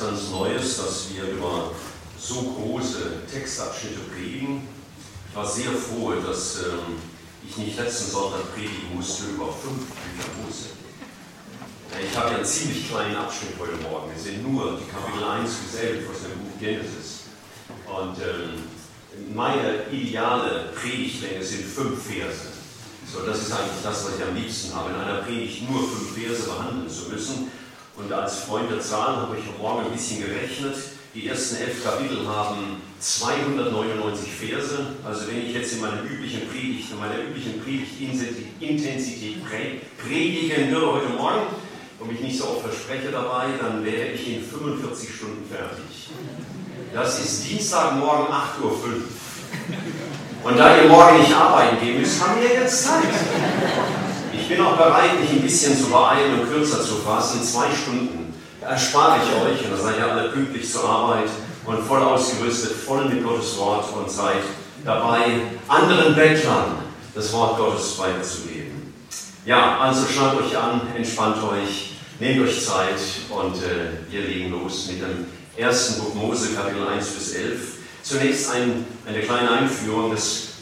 ganz Neues, dass wir über so große Textabschnitte predigen. Ich war sehr froh, dass ich nicht letzten Sonntag predigen musste über 5 Bücher Mose. Ich habe ja einen ziemlich kleinen Abschnitt heute Morgen. Wir sind nur die Kapitel 1 bis 11 aus dem Buch Genesis. Und meine ideale Predigtlänge sind 5 Verse. So, das ist eigentlich das, was ich am liebsten habe, in einer Predigt nur 5 Verse behandeln zu müssen. Und als Freund der Zahlen habe ich heute Morgen ein bisschen gerechnet. Die ersten 11 Kapitel haben 299 Verse. Also wenn ich jetzt in meiner üblichen Predigtintensität predigen würde heute Morgen und mich nicht so oft verspreche dabei, dann wäre ich in 45 Stunden fertig. Das ist Dienstagmorgen 8:05 Uhr. Und da ihr morgen nicht arbeiten gehen müsst, haben wir jetzt Zeit. Ich bin auch bereit, mich ein bisschen zu beeilen und kürzer zu fassen. 2 Stunden erspare ich euch, und dann seid ihr alle pünktlich zur Arbeit und voll ausgerüstet, voll mit Gottes Wort und seid dabei, anderen Bettlern das Wort Gottes weiterzugeben. Ja, also schnallt euch an, entspannt euch, nehmt euch Zeit und wir legen los mit dem ersten Buch Mose, Kapitel 1 bis 11. Zunächst eine kleine Einführung.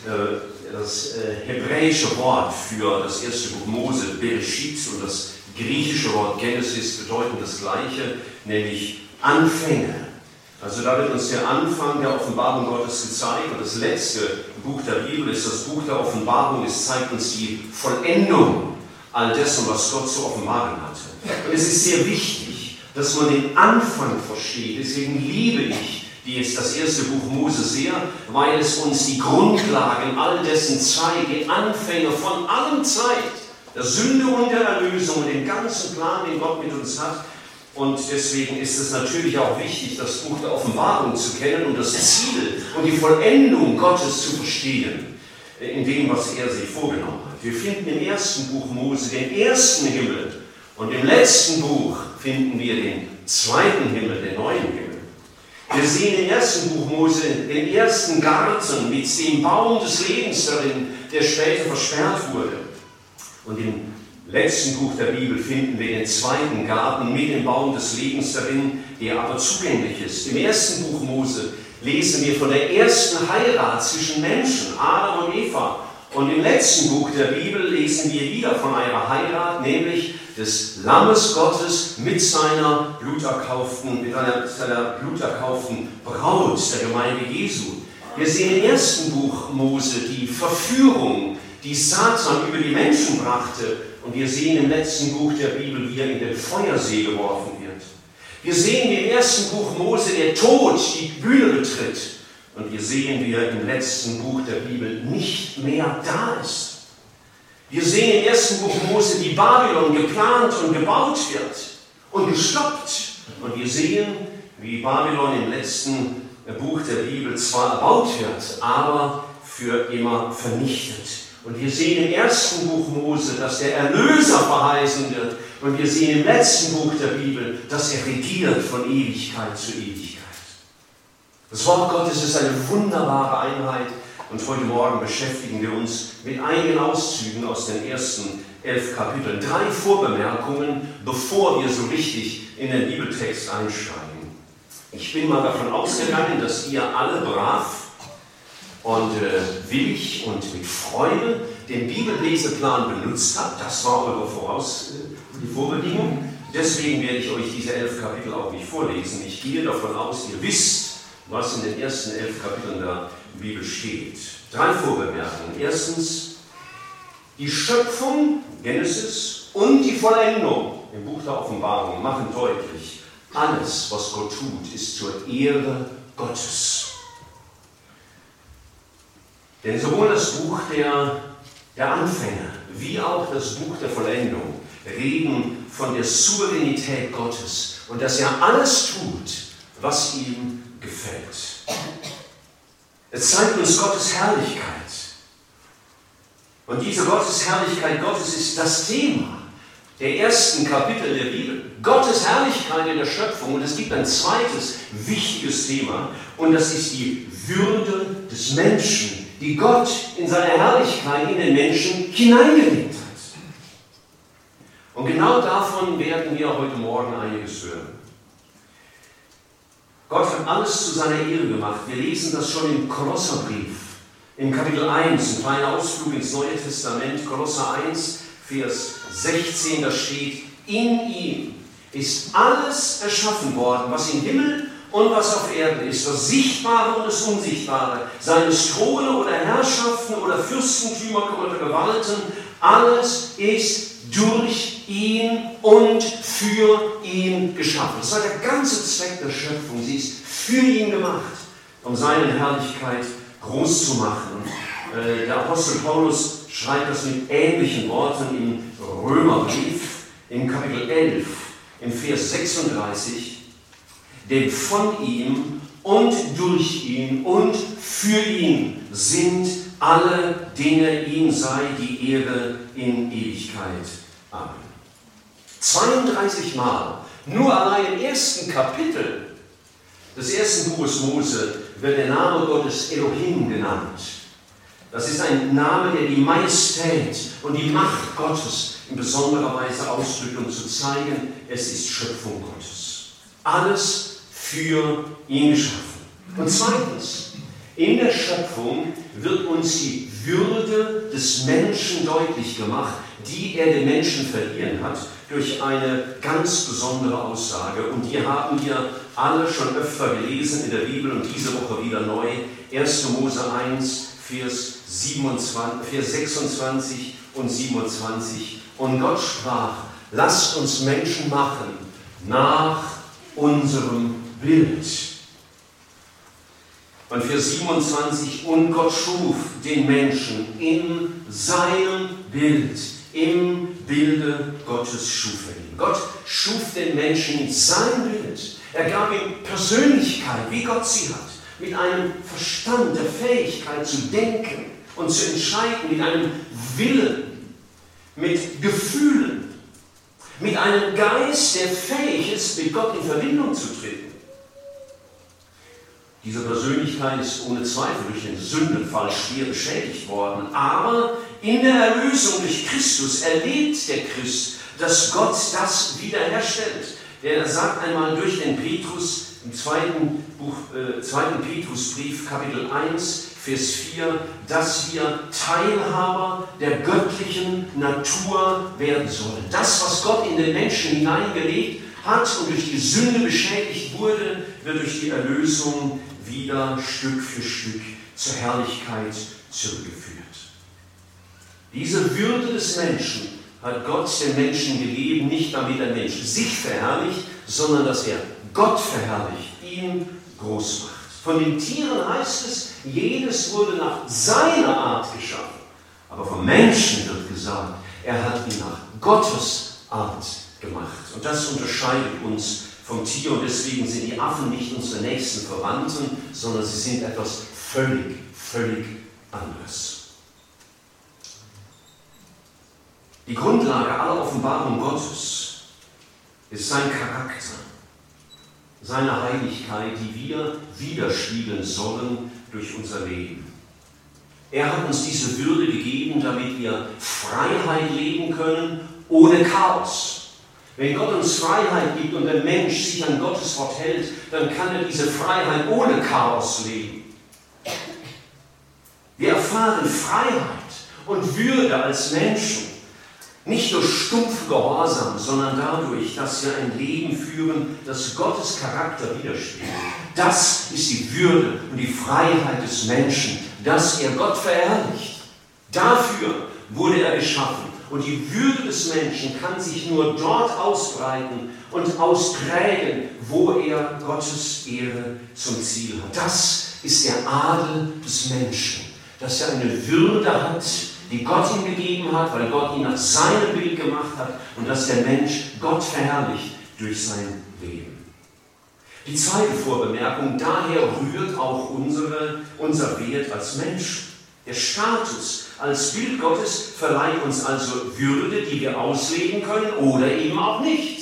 Das hebräische Wort für das erste Buch Mose, Bereshit, und das griechische Wort Genesis bedeuten das Gleiche, nämlich Anfänge. Also da wird uns der Anfang der Offenbarung Gottes gezeigt, und das letzte Buch der Bibel ist das Buch der Offenbarung. Es zeigt uns die Vollendung all dessen, was Gott zu offenbaren hatte. Und es ist sehr wichtig, dass man den Anfang versteht. Deswegen liebe ich das erste Buch Mose sehr, weil es uns die Grundlagen all dessen zeigt, die Anfänge von allem zeigt. Der Sünde und der Erlösung und den ganzen Plan, den Gott mit uns hat. Und deswegen ist es natürlich auch wichtig, das Buch der Offenbarung zu kennen und das Ziel und die Vollendung Gottes zu verstehen, in dem, was er sich vorgenommen hat. Wir finden im ersten Buch Mose den ersten Himmel, und im letzten Buch finden wir den zweiten Himmel, den neuen Himmel. Wir sehen im ersten Buch Mose den ersten Garten mit dem Baum des Lebens darin, der später versperrt wurde. Und im letzten Buch der Bibel finden wir den zweiten Garten mit dem Baum des Lebens darin, der aber zugänglich ist. Im ersten Buch Mose lesen wir von der ersten Heirat zwischen Menschen, Adam und Eva. Und im letzten Buch der Bibel lesen wir wieder von einer Heirat, nämlich des Lammes Gottes mit seiner bluterkauften Braut, der Gemeinde Jesu. Wir sehen im ersten Buch Mose die Verführung, die Satan über die Menschen brachte. Und wir sehen im letzten Buch der Bibel, wie er in den Feuersee geworfen wird. Wir sehen, wie im ersten Buch Mose der Tod die Bühne betritt. Und wir sehen, wie er im letzten Buch der Bibel nicht mehr da ist. Wir sehen im ersten Buch Mose, wie Babylon geplant und gebaut wird und gestoppt. Und wir sehen, wie Babylon im letzten Buch der Bibel zwar erbaut wird, aber für immer vernichtet. Und wir sehen im ersten Buch Mose, dass der Erlöser verheißen wird. Und wir sehen im letzten Buch der Bibel, dass er regiert von Ewigkeit zu Ewigkeit. Das Wort Gottes ist eine wunderbare Einheit. Und heute Morgen beschäftigen wir uns mit einigen Auszügen aus den ersten 11 Kapiteln. 3 Vorbemerkungen, bevor wir so richtig in den Bibeltext einsteigen. Ich bin mal davon ausgegangen, dass ihr alle brav und willig und mit Freude den Bibelleseplan benutzt habt. Das war eure die Vorbedingung. Deswegen werde ich euch diese 11 Kapitel auch nicht vorlesen. Ich gehe davon aus, ihr wisst, was in den ersten 11 Kapiteln der Bibel steht. 3 Vorbemerkungen. Erstens, die Schöpfung, Genesis, und die Vollendung im Buch der Offenbarung machen deutlich, alles, was Gott tut, ist zur Ehre Gottes. Denn sowohl das Buch der Anfänge wie auch das Buch der Vollendung reden von der Souveränität Gottes und dass er alles tut, was ihm gefällt. Es zeigt uns Gottes Herrlichkeit. Und diese Gottesherrlichkeit Gottes ist das Thema der ersten Kapitel der Bibel. Gottes Herrlichkeit in der Schöpfung. Und es gibt ein zweites wichtiges Thema, und das ist die Würde des Menschen, die Gott in seiner Herrlichkeit in den Menschen hineingelegt hat. Und genau davon werden wir heute Morgen einiges hören. Gott hat alles zu seiner Ehre gemacht. Wir lesen das schon im Kolosserbrief, im Kapitel 1, ein kleiner Ausflug ins Neue Testament, Kolosser 1, Vers 16, da steht, in ihm ist alles erschaffen worden, was im Himmel und was auf Erden ist, das Sichtbare und das Unsichtbare, seien es Throne oder Herrschaften oder Fürstentümer oder Gewalten, alles ist durch ihn und für ihn geschaffen. Das war der ganze Zweck der Schöpfung. Sie ist für ihn gemacht, um seine Herrlichkeit groß zu machen. Der Apostel Paulus schreibt das mit ähnlichen Worten im Römerbrief, im Kapitel 11, im Vers 36. Denn von ihm und durch ihn und für ihn sind alle Dinge, ihm sei die Ehre in Ewigkeit. Amen. 32 Mal, nur allein im ersten Kapitel des ersten Buches Mose wird der Name Gottes Elohim genannt. Das ist ein Name, der die Majestät und die Macht Gottes in besonderer Weise ausdrückt, um zu zeigen, es ist Schöpfung Gottes. Alles für ihn geschaffen. Und zweitens, in der Schöpfung wird uns die Würde des Menschen deutlich gemacht, die er dem Menschen verliehen hat, durch eine ganz besondere Aussage. Und die haben wir alle schon öfter gelesen in der Bibel und diese Woche wieder neu. 1. Mose 1, Vers 26 und 27. Und Gott sprach, lasst uns Menschen machen nach unserem Bild. Und Vers 27, und Gott schuf den Menschen in seinem Bild, im Bilde Gottes schuf er ihn. Gott schuf den Menschen in sein Bild. Er gab ihm Persönlichkeit, wie Gott sie hat, mit einem Verstand, der Fähigkeit zu denken und zu entscheiden, mit einem Willen, mit Gefühlen, mit einem Geist, der fähig ist, mit Gott in Verbindung zu treten. Diese Persönlichkeit ist ohne Zweifel durch den Sündenfall schwer beschädigt worden, aber in der Erlösung durch Christus erlebt der Christ, dass Gott das wiederherstellt. Der sagt einmal durch den Petrus im 2. Petrusbrief, Kapitel 1, Vers 4, dass wir Teilhaber der göttlichen Natur werden sollen. Das, was Gott in den Menschen hineingelegt hat und durch die Sünde beschädigt wurde, wird durch die Erlösung wieder Stück für Stück zur Herrlichkeit zurückgeführt. Diese Würde des Menschen hat Gott den Menschen gegeben, nicht damit der Mensch sich verherrlicht, sondern dass er Gott verherrlicht, ihn groß macht. Von den Tieren heißt es, jedes wurde nach seiner Art geschaffen. Aber vom Menschen wird gesagt, er hat ihn nach Gottes Art gemacht. Und das unterscheidet uns vom Tier und deswegen sind die Affen nicht unsere nächsten Verwandten, sondern sie sind etwas völlig anderes. Die Grundlage aller Offenbarung Gottes ist sein Charakter, seine Heiligkeit, die wir widerspiegeln sollen durch unser Leben. Er hat uns diese Würde gegeben, damit wir Freiheit leben können, ohne Chaos. Wenn Gott uns Freiheit gibt und der Mensch sich an Gottes Wort hält, dann kann er diese Freiheit ohne Chaos leben. Wir erfahren Freiheit und Würde als Menschen, nicht durch stumpfen Gehorsam, sondern dadurch, dass wir ein Leben führen, das Gottes Charakter widerspiegelt. Das ist die Würde und die Freiheit des Menschen, dass er Gott verherrlicht. Dafür wurde er geschaffen. Und die Würde des Menschen kann sich nur dort ausbreiten und ausprägen, wo er Gottes Ehre zum Ziel hat. Das ist der Adel des Menschen, dass er eine Würde hat, die Gott ihm gegeben hat, weil Gott ihn nach seinem Bild gemacht hat und dass der Mensch Gott verherrlicht durch sein Leben. Die zweite Vorbemerkung, daher rührt auch unser Wert als Mensch. Der Status als Bild Gottes verleiht uns also Würde, die wir ausleben können oder eben auch nicht.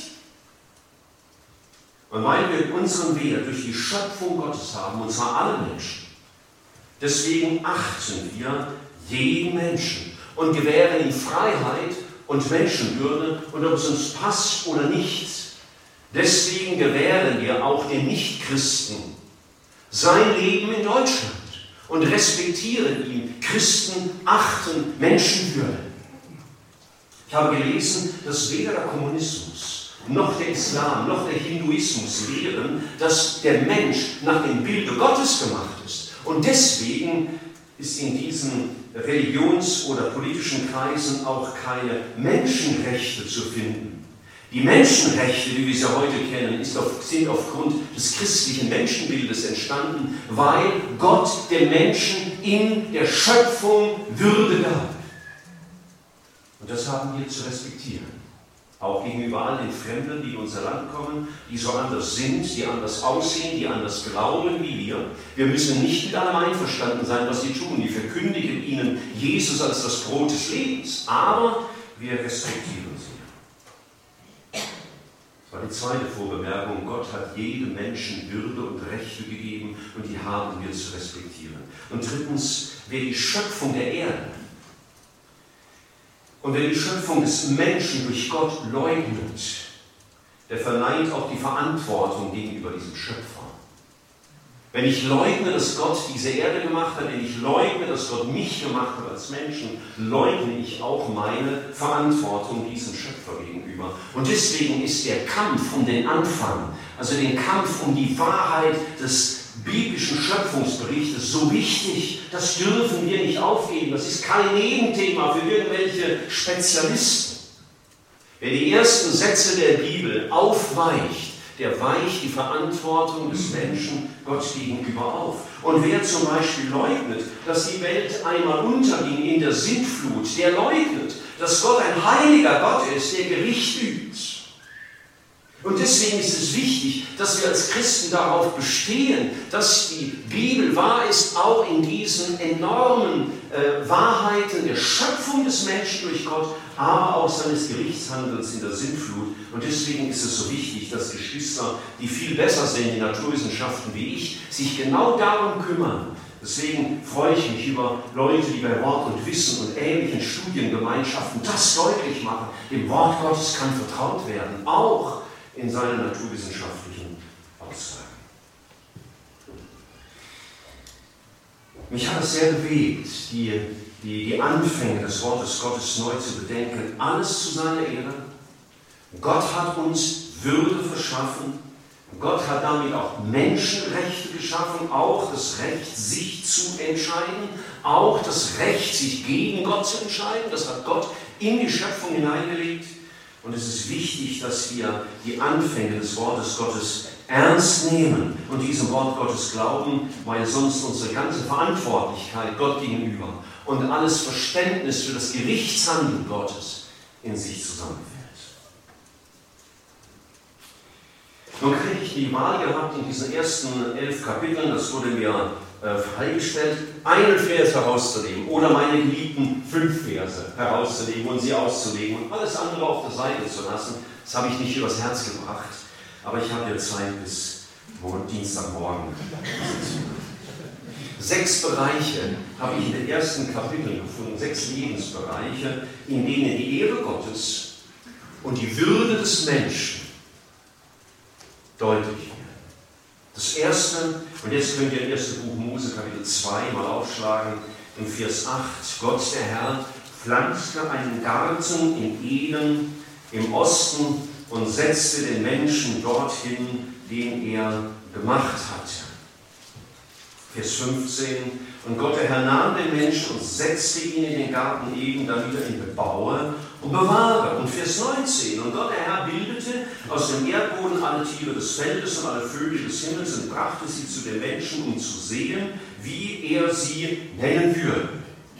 Und weil wir unseren Wert durch die Schöpfung Gottes haben, und zwar alle Menschen, deswegen achten wir jeden Menschen und gewähren ihm Freiheit und Menschenwürde und ob es uns passt oder nicht, Deswegen gewähren wir auch den Nichtchristen sein Leben in Deutschland und respektieren ihn. Christen achten Menschenwürde. Ich habe gelesen, dass weder der Kommunismus, noch der Islam, noch der Hinduismus lehren, dass der Mensch nach dem Bilde Gottes gemacht ist. Und deswegen ist in diesen Religions- oder politischen Kreisen auch keine Menschenrechte zu finden. Die Menschenrechte, wie wir sie heute kennen, sind aufgrund des christlichen Menschenbildes entstanden, weil Gott dem Menschen in der Schöpfung Würde gab. Und das haben wir zu respektieren. Auch gegenüber all den Fremden, die in unser Land kommen, die so anders sind, die anders aussehen, die anders glauben wie wir. Wir müssen nicht mit allem einverstanden sein, was sie tun. Wir verkündigen ihnen Jesus als das Brot des Lebens. Aber wir respektieren sie. Das war die zweite Vorbemerkung. Gott hat jedem Menschen Würde und Rechte gegeben und die haben wir zu respektieren. Und drittens, wer die Schöpfung der Erde und wer die Schöpfung des Menschen durch Gott leugnet, der verneint auch die Verantwortung gegenüber diesem Schöpfer. Wenn ich leugne, dass Gott diese Erde gemacht hat, wenn ich leugne, dass Gott mich gemacht hat als Menschen, leugne ich auch meine Verantwortung diesem Schöpfer gegenüber. Und deswegen ist der Kampf um den Anfang, also den Kampf um die Wahrheit des biblischen Schöpfungsberichtes so wichtig, das dürfen wir nicht aufgeben. Das ist kein Nebenthema für irgendwelche Spezialisten. Wer die ersten Sätze der Bibel aufweicht, der weicht die Verantwortung des Menschen Gott gegenüber auf. Und wer zum Beispiel leugnet, dass die Welt einmal unterging in der Sintflut, der leugnet, dass Gott ein heiliger Gott ist, der Gericht übt. Und deswegen ist es wichtig, dass wir als Christen darauf bestehen, dass die Bibel wahr ist, auch in diesen enormen Wahrheiten der Schöpfung des Menschen durch Gott, aber auch seines Gerichtshandelns in der Sintflut. Und deswegen ist es so wichtig, dass Geschwister, die viel besser sind in Naturwissenschaften wie ich, sich genau darum kümmern. Deswegen freue ich mich über Leute, die bei Wort und Wissen und ähnlichen Studiengemeinschaften das deutlich machen. Dem Wort Gottes kann vertraut werden, auch in seinen naturwissenschaftlichen Aussagen. Mich hat es sehr bewegt, die Anfänge des Wortes Gottes neu zu bedenken. Alles zu seiner Ehre. Gott hat uns Würde verschaffen. Gott hat damit auch Menschenrechte geschaffen, auch das Recht, sich zu entscheiden, auch das Recht, sich gegen Gott zu entscheiden. Das hat Gott in die Schöpfung hineingelegt. Und es ist wichtig, dass wir die Anfänge des Wortes Gottes ernst nehmen und diesem Wort Gottes glauben, weil sonst unsere ganze Verantwortlichkeit Gott gegenüber und alles Verständnis für das Gerichtshandeln Gottes in sich zusammenfällt. Nun kriege ich die Wahl gehabt in diesen ersten 11 Kapiteln, das wurde mir freigestellt, einen Vers herauszunehmen oder meine geliebten 5 Verse herauszunehmen und sie auszulegen und alles andere auf der Seite zu lassen. Das habe ich nicht übers Herz gebracht, aber ich habe ja Zeit bis Dienstagmorgen. 6 Bereiche habe ich in den ersten Kapiteln gefunden, 6 Lebensbereiche, in denen die Ehre Gottes und die Würde des Menschen deutlich wird. Das erste, und jetzt könnt ihr im 1. Buch Mose Kapitel 2 mal aufschlagen, in Vers 8, Gott der Herr pflanzte einen Garten in Eden im Osten und setzte den Menschen dorthin, den er gemacht hatte. Vers 15, und Gott der Herr nahm den Menschen und setzte ihn in den Garten Eden, damit er ihn bebaue und bewahre. Und Vers 19, und Gott der Herr bildete aus dem Erdboden alle Tiere des Feldes und alle Vögel des Himmels und brachte sie zu den Menschen, um zu sehen, wie er sie nennen würde.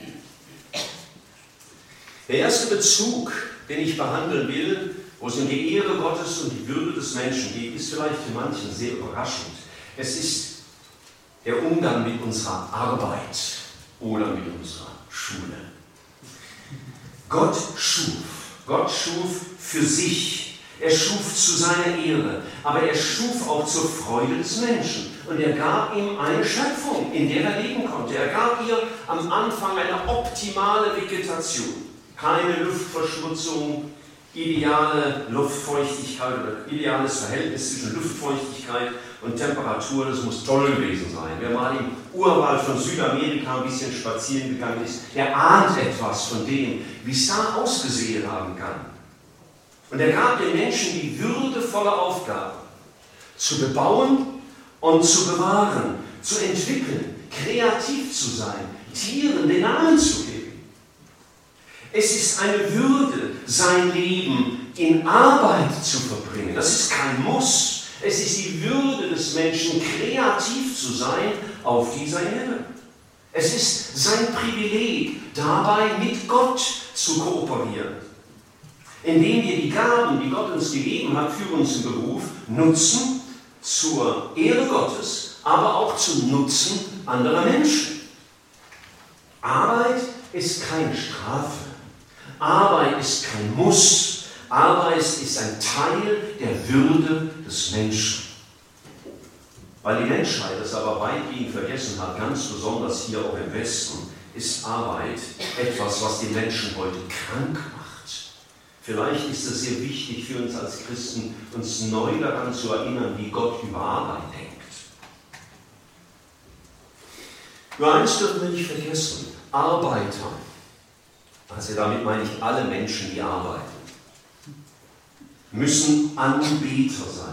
Der erste Bezug, den ich behandeln will, wo es um die Ehre Gottes und die Würde des Menschen geht, ist vielleicht für manchen sehr überraschend. Es ist der Umgang mit unserer Arbeit oder mit unserer Schule. Gott schuf für sich, er schuf zu seiner Ehre, aber er schuf auch zur Freude des Menschen. Und er gab ihm eine Schöpfung, in der er leben konnte. Er gab ihr am Anfang eine optimale Vegetation, keine Luftverschmutzung, ideale Luftfeuchtigkeit oder ideales Verhältnis zwischen Luftfeuchtigkeit und Temperatur, das muss toll gewesen sein. Wer mal im Urwald von Südamerika ein bisschen spazieren gegangen ist, der ahnt etwas von dem, wie es da ausgesehen haben kann. Und er gab den Menschen die würdevolle Aufgabe, zu bebauen und zu bewahren, zu entwickeln, kreativ zu sein, Tieren den Namen zu geben. Es ist eine Würde, sein Leben in Arbeit zu verbringen. Das ist kein Muss. Es ist die Würde des Menschen, kreativ zu sein auf dieser Erde. Es ist sein Privileg, dabei mit Gott zu kooperieren. Indem wir die Gaben, die Gott uns gegeben hat, für unseren Beruf nutzen, zur Ehre Gottes, aber auch zum Nutzen anderer Menschen. Arbeit ist keine Strafe. Arbeit ist kein Muss. Arbeit ist ein Teil der Würde des Menschen. Weil die Menschheit das aber weitgehend vergessen hat, ganz besonders hier auch im Westen, ist Arbeit etwas, was die Menschen heute krank macht. Vielleicht ist es sehr wichtig für uns als Christen, uns neu daran zu erinnern, wie Gott über Arbeit denkt. Nur eins dürfen wir nicht vergessen: Arbeiter, also damit meine ich alle Menschen, die arbeiten, müssen Anbeter sein.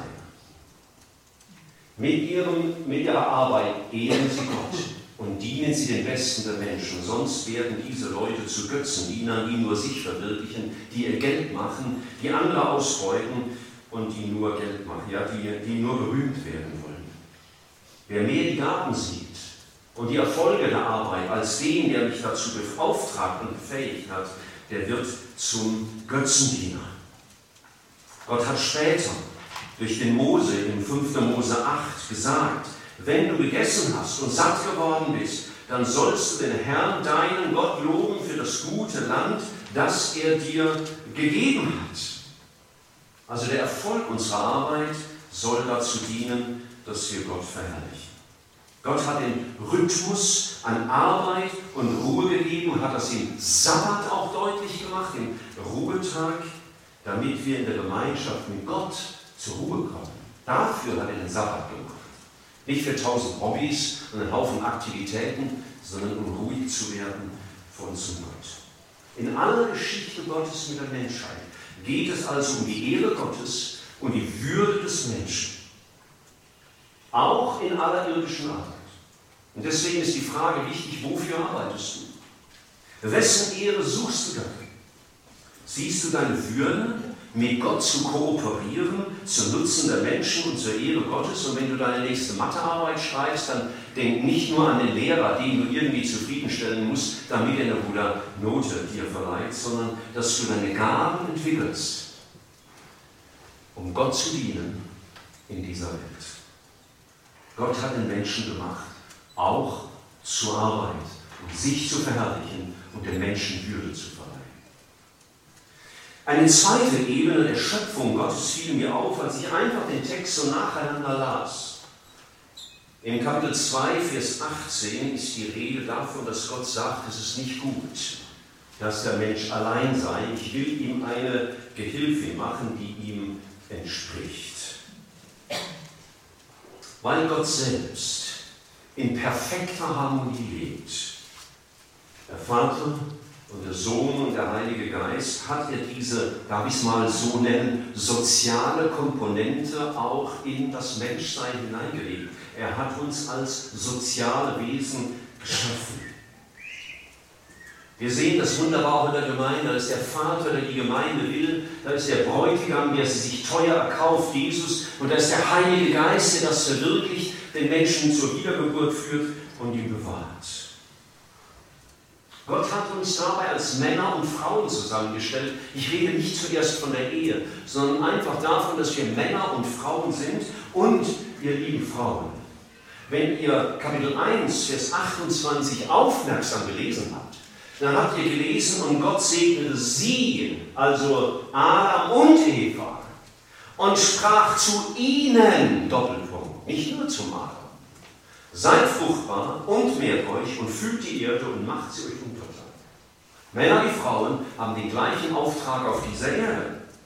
Mit ihrer Arbeit ehren sie Gott und dienen sie den Besten der Menschen. Sonst werden diese Leute zu Götzendienern, die nur sich verwirklichen, die ihr Geld machen, die andere ausbeuten und die nur Geld machen, ja, die nur berühmt werden wollen. Wer mehr die Gaben sieht und die Erfolge der Arbeit als den, der mich dazu beauftragt und befähigt hat, der wird zum Götzendiener. Gott hat später durch den Mose in 5. Mose 8 gesagt: Wenn du gegessen hast und satt geworden bist, dann sollst du den Herrn, deinen Gott, loben für das gute Land, das er dir gegeben hat. Also der Erfolg unserer Arbeit soll dazu dienen, dass wir Gott verherrlichen. Gott hat den Rhythmus an Arbeit und Ruhe gegeben, hat das im Sabbat auch deutlich gemacht, im Ruhetag, damit wir in der Gemeinschaft mit Gott zur Ruhe kommen. Dafür hat er den Sabbat gemacht. Nicht für 1000 Hobbys und einen Haufen Aktivitäten, sondern um ruhig zu werden vor unserem Gott. In aller Geschichte Gottes mit der Menschheit geht es also um die Ehre Gottes und die Würde des Menschen. Auch in aller irdischen Arbeit. Und deswegen ist die Frage wichtig: Wofür arbeitest du? Wessen Ehre suchst du darin? Siehst du deine Würde, mit Gott zu kooperieren, zum Nutzen der Menschen und zur Ehre Gottes? Und wenn du deine nächste Mathearbeit schreibst, dann denk nicht nur an den Lehrer, den du irgendwie zufriedenstellen musst, damit er eine gute Note dir verleiht, sondern dass du deine Gaben entwickelst, um Gott zu dienen in dieser Welt. Gott hat den Menschen gemacht, auch zur Arbeit, um sich zu verherrlichen und den Menschen Würde zu verleihen. Eine zweite Ebene der Schöpfung Gottes fiel mir auf, als ich einfach den Text so nacheinander las. In Kapitel 2, Vers 18 ist die Rede davon, dass Gott sagt, es ist nicht gut, dass der Mensch allein sei. Ich will ihm eine Gehilfin machen, die ihm entspricht. Weil Gott selbst in perfekter Harmonie lebt, der Vater und der Sohn und der Heilige Geist, hat er diese, darf ich es mal so nennen, soziale Komponente auch in das Menschsein hineingelegt. Er hat uns als soziale Wesen geschaffen. Wir sehen das wunderbar auch in der Gemeinde. Da ist der Vater, der die Gemeinde will. Da ist der Bräutigam, der sie sich teuer erkauft, Jesus. Und da ist der Heilige Geist, der das verwirklicht, den Menschen zur Wiedergeburt führt und ihn bewahrt. Gott hat uns dabei als Männer und Frauen zusammengestellt. Ich rede nicht zuerst von der Ehe, sondern einfach davon, dass wir Männer und Frauen sind. Und ihr lieben Frauen, wenn ihr Kapitel 1, Vers 28 aufmerksam gelesen habt, dann habt ihr gelesen: Und Gott segnete sie, also Adam und Eva, und sprach zu ihnen, Doppelpunkt, nicht nur zum Adam: Seid fruchtbar und mehrt euch und füllt die Erde und macht sie euch untertan. Männer wie Frauen haben den gleichen Auftrag auf dieser Erde.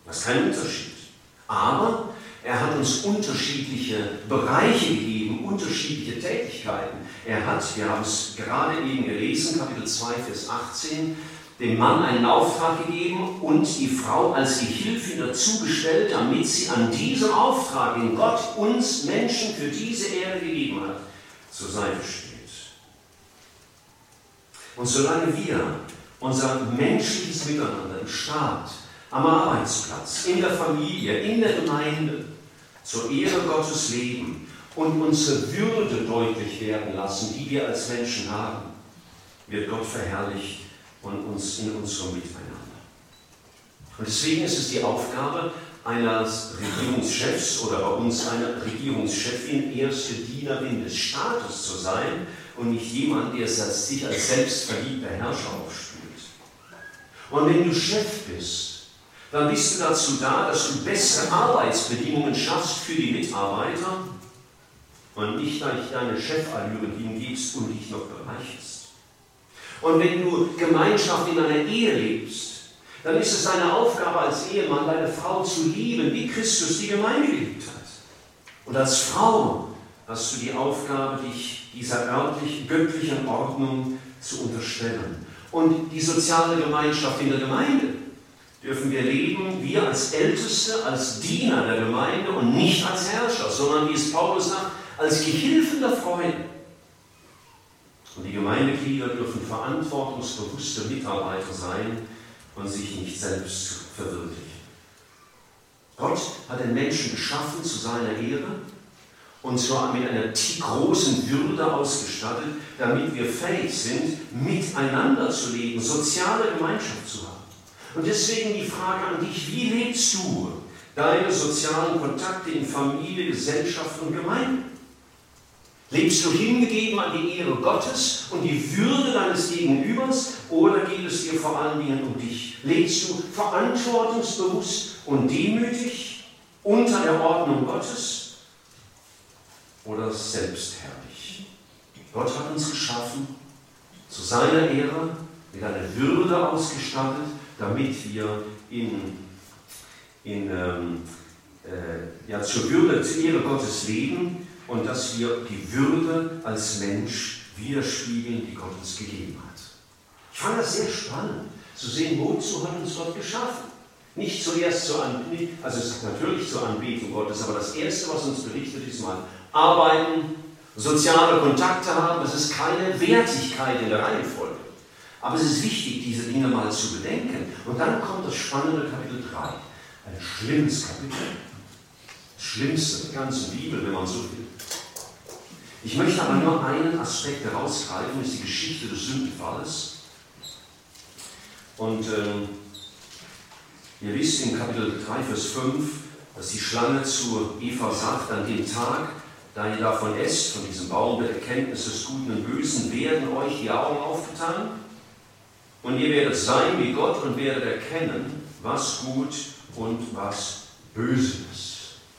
Das ist kein Unterschied. Aber er hat uns unterschiedliche Bereiche gegeben, unterschiedliche Tätigkeiten. Er hat, wir haben es gerade eben gelesen, Kapitel 2, Vers 18, dem Mann einen Auftrag gegeben und die Frau als Gehilfin dazugestellt, damit sie an diesem Auftrag, den Gott uns Menschen für diese Erde gegeben hat, zur Seite steht. Und solange wir unser menschliches Miteinander im Staat, am Arbeitsplatz, in der Familie, in der Gemeinde zur Ehre Gottes leben und unsere Würde deutlich werden lassen, die wir als Menschen haben, wird Gott verherrlicht und uns in unserem Miteinander. Und deswegen ist es die Aufgabe eines Regierungschefs oder bei uns einer Regierungschefin, erste Dienerin des Staates zu sein und nicht jemand, der sich als selbstverliebter Herrscher aufspielt. Und wenn du Chef bist, dann bist du dazu da, dass du bessere Arbeitsbedingungen schaffst für die Mitarbeiter und nicht deine Chefallüre ihm gibst und dich noch bereicherst. Und wenn du Gemeinschaft in einer Ehe lebst, dann ist es deine Aufgabe als Ehemann, deine Frau zu lieben, wie Christus die Gemeinde geliebt hat. Und als Frau hast du die Aufgabe, dich dieser göttlichen Ordnung zu unterstellen. Und die soziale Gemeinschaft in der Gemeinde dürfen wir leben, wir als Älteste, als Diener der Gemeinde und nicht als Herrscher, sondern, wie es Paulus sagt, als Gehilfen der Freude. Und die Gemeindeglieder dürfen verantwortungsbewusste Mitarbeiter sein und sich nicht selbst verwirklichen. Gott hat den Menschen geschaffen zu seiner Ehre und zwar mit einer großen Würde ausgestattet, damit wir fähig sind, miteinander zu leben, soziale Gemeinschaft zu haben. Und deswegen die Frage an dich, wie lebst du deine sozialen Kontakte in Familie, Gesellschaft und Gemeinde? Lebst du hingegeben an die Ehre Gottes und die Würde deines Gegenübers oder geht es dir vor allen Dingen um dich? Lebst du verantwortungsbewusst und demütig unter der Ordnung Gottes oder selbstherrlich? Gott hat uns geschaffen, zu seiner Ehre, mit einer Würde ausgestattet, damit wir zur Würde, zur Ehre Gottes leben und dass wir die Würde als Mensch widerspiegeln, die Gott uns gegeben hat. Ich fand das sehr spannend, zu sehen, wozu hat uns Gott geschaffen. Nicht zuerst zur Anbetung, also es ist natürlich zur Anbetung Gottes, aber das Erste, was uns berichtet, ist mal arbeiten, soziale Kontakte haben. Es ist keine Wertigkeit in der Reihenfolge. Aber es ist wichtig, diese Dinge mal zu bedenken. Und dann kommt das spannende Kapitel 3. Ein schlimmes Kapitel. Das Schlimmste der ganzen Bibel, wenn man so will. Ich möchte aber nur einen Aspekt herausgreifen, das ist die Geschichte des Sündenfalles. Und ihr wisst in Kapitel 3, Vers 5, dass die Schlange zu Eva sagt, an dem Tag, da ihr davon esst, von diesem Baum der Erkenntnis des Guten und Bösen, werden euch die Augen aufgetan. Und ihr werdet sein wie Gott und werdet erkennen, was gut und was böse ist.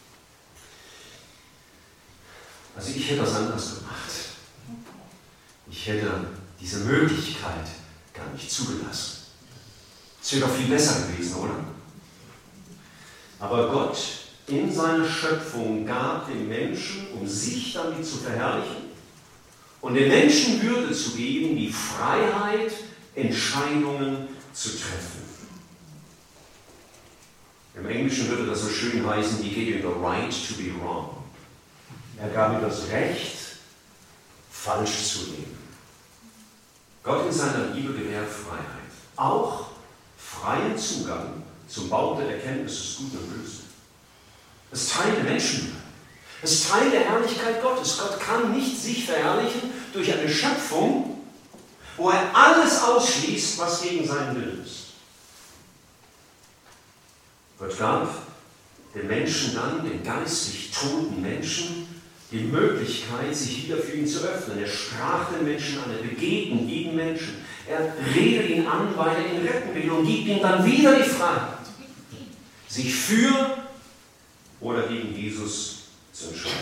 Also ich hätte das anders gemacht. Ich hätte diese Möglichkeit gar nicht zugelassen. Es wäre doch viel besser gewesen, oder? Aber Gott in seiner Schöpfung gab dem Menschen, um sich damit zu verherrlichen und dem Menschen Würde zu geben, die Freiheit, Entscheidungen zu treffen. Im Englischen würde das so schön heißen, he gave you the right to be wrong. Er gab mir das Recht, falsch zu leben. Gott in seiner Liebe gewährt Freiheit. Auch freien Zugang zum Baum der Erkenntnis des Guten und Bösen. Das ist Teil der Menschenwürde. Das ist Teil der Herrlichkeit Gottes. Gott kann nicht sich verherrlichen durch eine Schöpfung, wo er alles ausschließt, was gegen seinen Willen ist. Gott gab den Menschen dann, den geistlich toten Menschen, die Möglichkeit, sich wieder für ihn zu öffnen. Er sprach den Menschen an, er begegnet jeden Menschen. Er redet ihn an, weil er ihn retten will und gibt ihm dann wieder die Freiheit, sich für oder gegen Jesus zu entscheiden.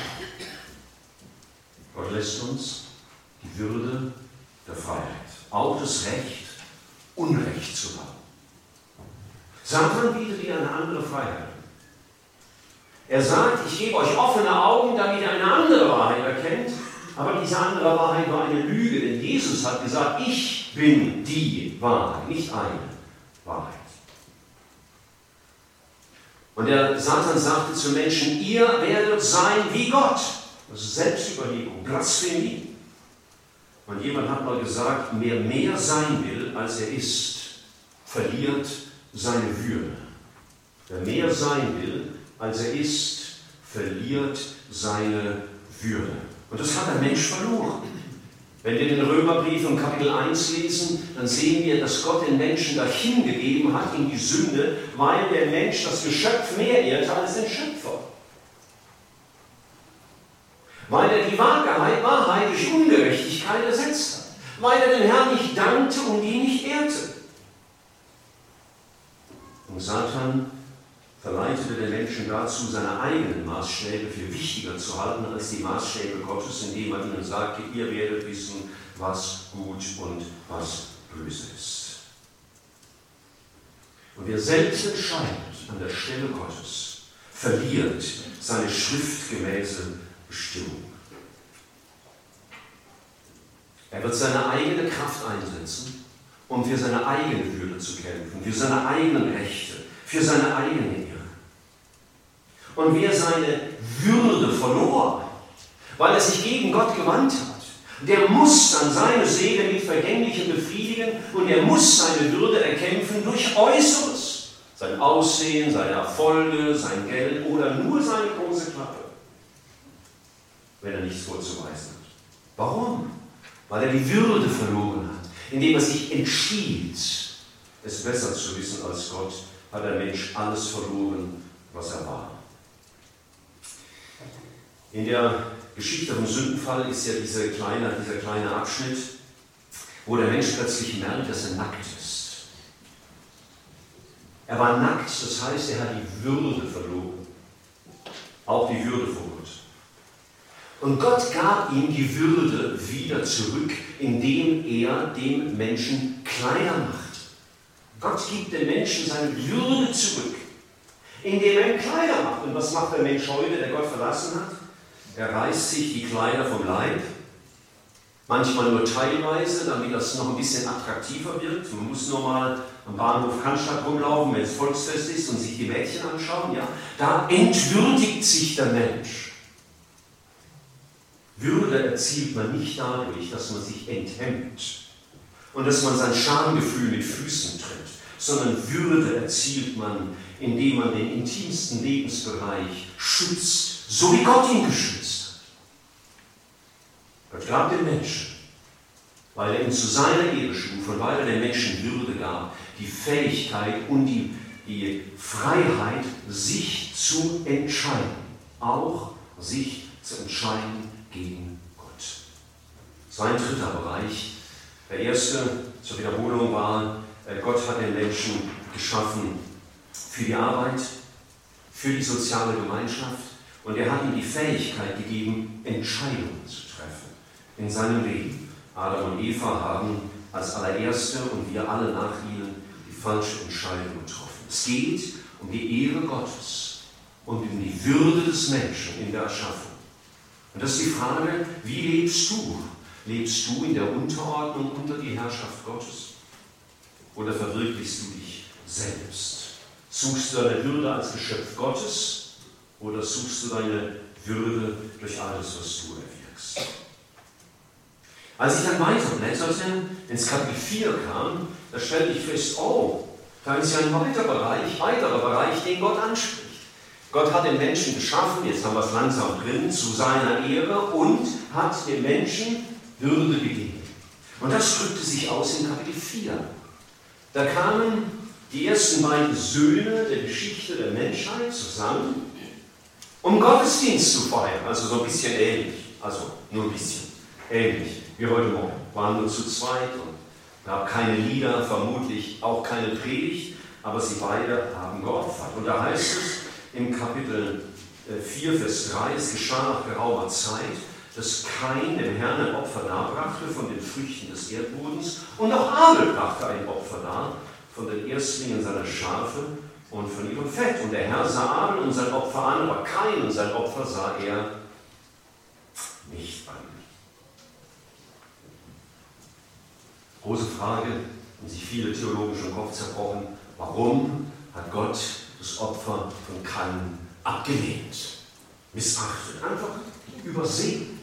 Gott lässt uns die Würde der Freiheit, auch das Recht, Unrecht zu haben. Satan bietet dir eine andere Freiheit. Er sagt, ich gebe euch offene Augen, damit ihr eine andere Wahrheit erkennt. Aber diese andere Wahrheit war eine Lüge, denn Jesus hat gesagt, ich bin die Wahrheit, nicht eine Wahrheit. Und der Satan sagte zu Menschen, ihr werdet sein wie Gott. Das ist Selbstüberhebung, Blasphemie. Und jemand hat mal gesagt, wer mehr sein will, als er ist, verliert seine Würde. Wer mehr sein will, als er ist, verliert seine Würde. Und das hat der Mensch verloren. Wenn wir den Römerbrief im Kapitel 1 lesen, dann sehen wir, dass Gott den Menschen dahin gegeben hat in die Sünde, weil der Mensch das Geschöpf mehr ehrte als den Schöpfer. Weil er die Wahrheit durch Ungerechtigkeit ersetzt hat. Weil er den Herrn nicht dankte und ihn nicht ehrte. Und Satan verleitete den Menschen dazu, seine eigenen Maßstäbe für wichtiger zu halten als die Maßstäbe Gottes, indem er ihnen sagte, ihr werdet wissen, was gut und was böse ist. Und wer selbst entscheidet an der Stelle Gottes, verliert seine schriftgemäße Bestimmung. Er wird seine eigene Kraft einsetzen, um für seine eigene Würde zu kämpfen, für seine eigenen Rechte, für seine eigene Ehre. Und wer seine Würde verlor, weil er sich gegen Gott gewandt hat, der muss dann seine Seele mit Vergänglichem befriedigen und er muss seine Würde erkämpfen durch Äußeres. Sein Aussehen, seine Erfolge, sein Geld oder nur seine große Klappe, wenn er nichts vorzuweisen hat. Warum? Weil er die Würde verloren hat, indem er sich entschied, es besser zu wissen als Gott, hat der Mensch alles verloren, was er war. In der Geschichte vom Sündenfall ist ja dieser kleine Abschnitt, wo der Mensch plötzlich merkt, dass er nackt ist. Er war nackt, das heißt, er hat die Würde verloren. Auch die Würde vor Gott. Und Gott gab ihm die Würde wieder zurück, indem er den Menschen kleiner macht. Gott gibt den Menschen seine Würde zurück, indem er ihn kleiner macht. Und was macht der Mensch heute, der Gott verlassen hat? Er reißt sich die Kleider vom Leib, manchmal nur teilweise, damit das noch ein bisschen attraktiver wird. Man muss nur mal am Bahnhof Cannstatt rumlaufen, wenn es Volksfest ist und sich die Mädchen anschauen. Ja? Da entwürdigt sich der Mensch. Würde erzielt man nicht dadurch, dass man sich enthemmt und dass man sein Schamgefühl mit Füßen tritt, sondern Würde erzielt man, indem man den intimsten Lebensbereich schützt, so wie Gott ihn geschützt hat. Gott gab den Menschen, weil er ihn zu seiner Ehre schuf und weil er den Menschen Würde gab, die Fähigkeit und die Freiheit, sich zu entscheiden. Auch sich zu entscheiden gegen Gott. Das war ein dritter Bereich. Der erste, zur Wiederholung, war, Gott hat den Menschen geschaffen für die Arbeit, für die soziale Gemeinschaft und er hat ihm die Fähigkeit gegeben, Entscheidungen zu treffen in seinem Leben. Adam und Eva haben als allererste und wir alle nach ihnen die falsche Entscheidung getroffen. Es geht um die Ehre Gottes und um die Würde des Menschen in der Erschaffung. Und das ist die Frage, wie lebst du? Lebst du in der Unterordnung unter die Herrschaft Gottes? Oder verwirklichst du dich selbst? Suchst du deine Würde als Geschöpf Gottes oder suchst du deine Würde durch alles, was du erwirkst? Als ich dann weiterblätterte, ins Kapitel 4 kam, da stellte ich fest, oh, da ist ja ein weiterer Bereich, den Gott anspricht. Gott hat den Menschen geschaffen, jetzt haben wir es langsam drin, zu seiner Ehre und hat dem Menschen Würde gegeben. Und das drückte sich aus in Kapitel 4. Da kamen die ersten beiden Söhne der Geschichte der Menschheit zusammen, um Gottesdienst zu feiern. Also so ein bisschen ähnlich, also nur ein bisschen ähnlich wie heute Morgen. Waren nur zu zweit und gab keine Lieder, vermutlich auch keine Predigt, aber sie beide haben geopfert. Und da heißt es im Kapitel 4, Vers 3, es geschah nach geraumer Zeit, dass Kain dem Herrn ein Opfer darbrachte von den Früchten des Erdbodens und auch Abel brachte ein Opfer dar von den Erstlingen seiner Schafe und von ihrem Fett. Und der Herr sah Abel und sein Opfer an, aber Kain und sein Opfer sah er nicht an. Große Frage, und sich viele Theologen schon den Kopf zerbrochen, warum hat Gott das Opfer von Kain abgelehnt, missachtet, einfach übersehen?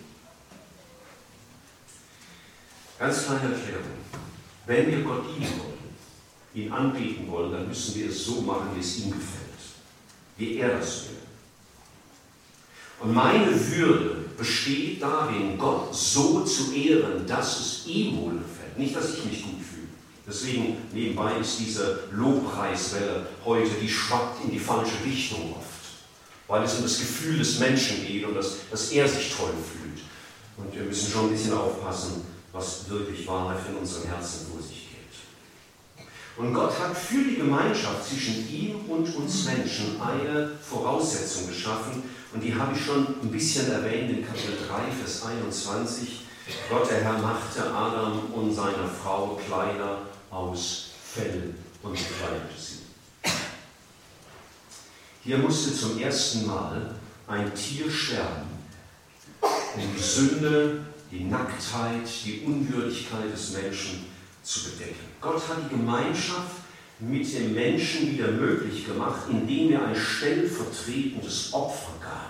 Ganz kleine Erklärung. Wenn wir Gott dienen wollen, ihn anbeten wollen, dann müssen wir es so machen, wie es ihm gefällt, wie er das will. Und meine Würde besteht darin, Gott so zu ehren, dass es ihm wohlgefällt, nicht, dass ich mich gut fühle. Deswegen nebenbei ist diese Lobpreiswelle heute, die schwappt in die falsche Richtung oft, weil es um das Gefühl des Menschen geht und dass er sich toll fühlt. Und wir müssen schon ein bisschen aufpassen, was wirklich Wahrheit in unserem Herzen vor sich geht. Und Gott hat für die Gemeinschaft zwischen ihm und uns Menschen eine Voraussetzung geschaffen, und die habe ich schon ein bisschen erwähnt in Kapitel 3, Vers 21. Gott, der Herr, machte Adam und seine Frau Kleider aus Fell und bekleidete sie. Hier musste zum ersten Mal ein Tier sterben, um die Sünde, die Nacktheit, die Unwürdigkeit des Menschen zu bedecken. Gott hat die Gemeinschaft mit dem Menschen wieder möglich gemacht, indem er ein stellvertretendes Opfer gab.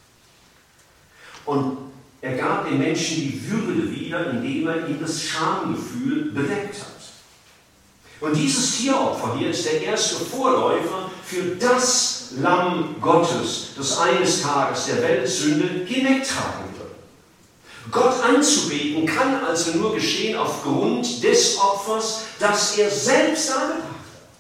Und er gab den Menschen die Würde wieder, indem er ihm das Schamgefühl bedeckt hat. Und dieses Tieropfer hier ist der erste Vorläufer für das Lamm Gottes, das eines Tages der Weltsünde hinwegtragen wird. Gott anzubeten kann also nur geschehen aufgrund des Opfers, das er selbst dargebracht hat.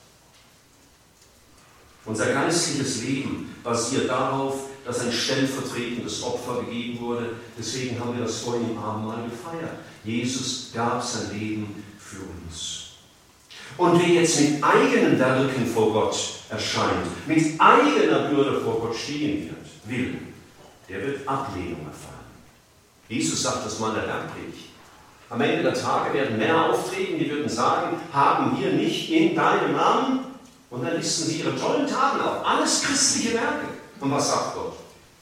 Unser geistliches Leben basiert darauf, dass ein stellvertretendes Opfer gegeben wurde. Deswegen haben wir das vorhin im Abendmahl gefeiert. Jesus gab sein Leben für uns. Und wer jetzt mit eigenen Werken vor Gott erscheint, mit eigener Würde vor Gott stehen will, der wird Ablehnung erfahren. Jesus sagt das mal in der Bergpredigt. Am Ende der Tage werden Männer auftreten, die würden sagen, haben wir nicht in deinem Namen? Und dann listen sie ihre tollen Taten auf, alles christliche Werke. Und was sagt Gott?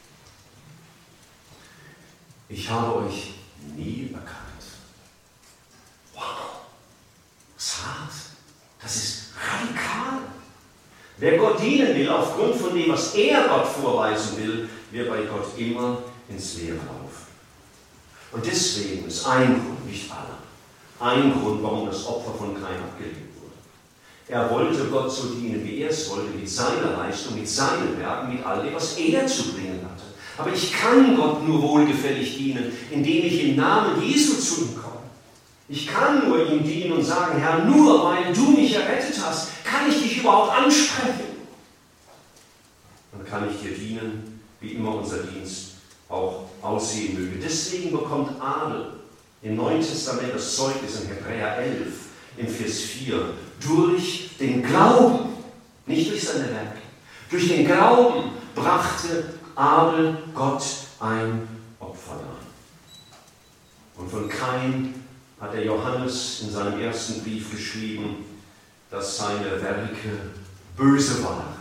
Ich habe euch nie erkannt. Wow, das ist hart. Das ist radikal. Wer Gott dienen will, aufgrund von dem, was er Gott vorweisen will, wird bei Gott immer ins Leere laufen. Und deswegen ist ein Grund, nicht alle, ein Grund, warum das Opfer von Kain abgelehnt wurde. Er wollte Gott so dienen, wie er es wollte, mit seiner Leistung, mit seinen Werken, mit all dem, was er zu bringen hatte. Aber ich kann Gott nur wohlgefällig dienen, indem ich im Namen Jesu zu ihm komme. Ich kann nur ihm dienen und sagen, Herr, nur weil du mich errettet hast, kann ich dich überhaupt ansprechen. Und kann ich dir dienen, wie immer unser Dienst auch aussehen möge. Deswegen bekommt Abel im Neuen Testament das Zeugnis in Hebräer 11, im Vers 4, durch den Glauben, nicht durch seine Werke, durch den Glauben brachte Abel Gott ein Opfer dar. Und von Kain hat der Johannes in seinem ersten Brief geschrieben, dass seine Werke böse waren.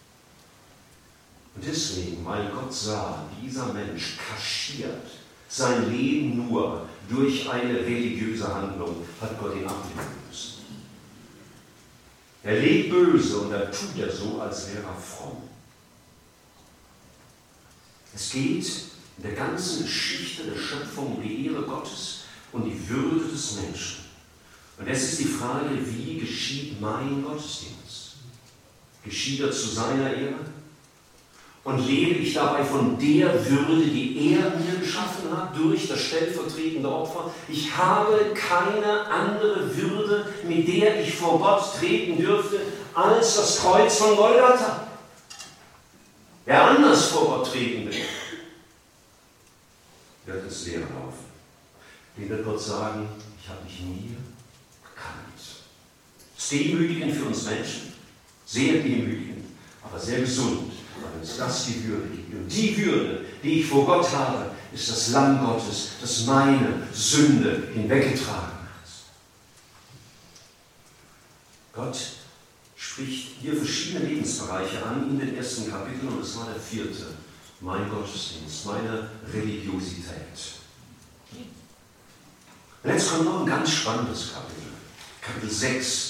Und deswegen, weil Gott sah, dieser Mensch kaschiert sein Leben nur durch eine religiöse Handlung, hat Gott ihn ablehnen müssen. Er lebt böse und dann tut er so, als wäre er fromm. Es geht in der ganzen Geschichte der Schöpfung um die Ehre Gottes und die Würde des Menschen. Und es ist die Frage, wie geschieht mein Gottesdienst? Geschieht er zu seiner Ehre? Und lebe ich dabei von der Würde, die er mir geschaffen hat, durch das stellvertretende Opfer? Ich habe keine andere Würde, mit der ich vor Gott treten dürfte, als das Kreuz von Golgatha. Wer anders vor Gott treten will, wird ins Leere laufen. Den wird Gott sagen, ich habe mich nie gekannt. Das ist demütigend für uns Menschen, sehr demütigend, aber sehr gesund, weil uns das die Würde gibt. Und die Würde, die ich vor Gott habe, ist das Lamm Gottes, das meine Sünde hinweggetragen hat. Gott spricht hier verschiedene Lebensbereiche an in den ersten Kapiteln und es war der 4. Mein Gottesdienst, meine Religiosität. Und jetzt kommt noch ein ganz spannendes Kapitel, Kapitel 6.